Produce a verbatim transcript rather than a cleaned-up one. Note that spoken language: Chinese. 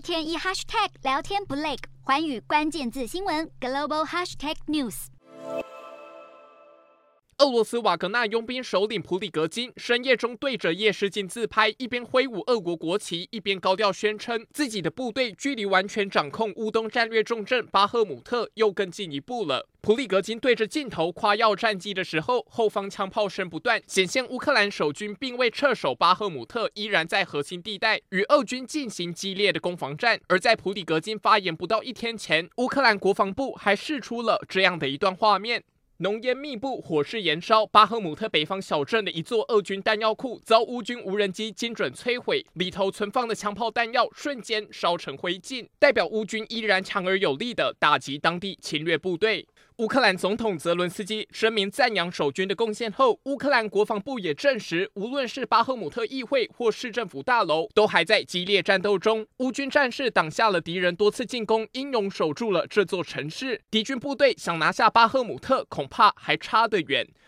天一 hashtag 聊天不累，寰宇关键字新闻 global hashtag news。 俄罗斯瓦格纳佣兵首领普里格金深夜中对着夜视镜自拍，一边挥舞俄国国旗，一边高调宣称自己的部队距离完全掌控乌东战略重镇巴赫姆特又更进一步了。普里格金对着镜头夸耀战绩的时候，后方枪炮声不断，显现乌克兰守军并未撤守巴赫姆特，依然在核心地带与俄军进行激烈的攻防战。而在普里格金发言不到一天前，乌克兰国防部还释出了这样的一段画面。浓烟密布，火势延烧。巴赫姆特北方小镇的一座俄军弹药库遭乌军无人机精准摧毁，里头存放的枪炮弹药瞬间烧成灰烬，代表乌军依然强而有力地打击当地侵略部队。乌克兰总统泽伦斯基声明赞扬守军的贡献后，乌克兰国防部也证实，无论是巴赫姆特议会或市政府大楼，都还在激烈战斗中。乌军战士挡下了敌人多次进攻，英勇守住了这座城市。敌军部队想拿下巴赫姆特，恐怕还差得远。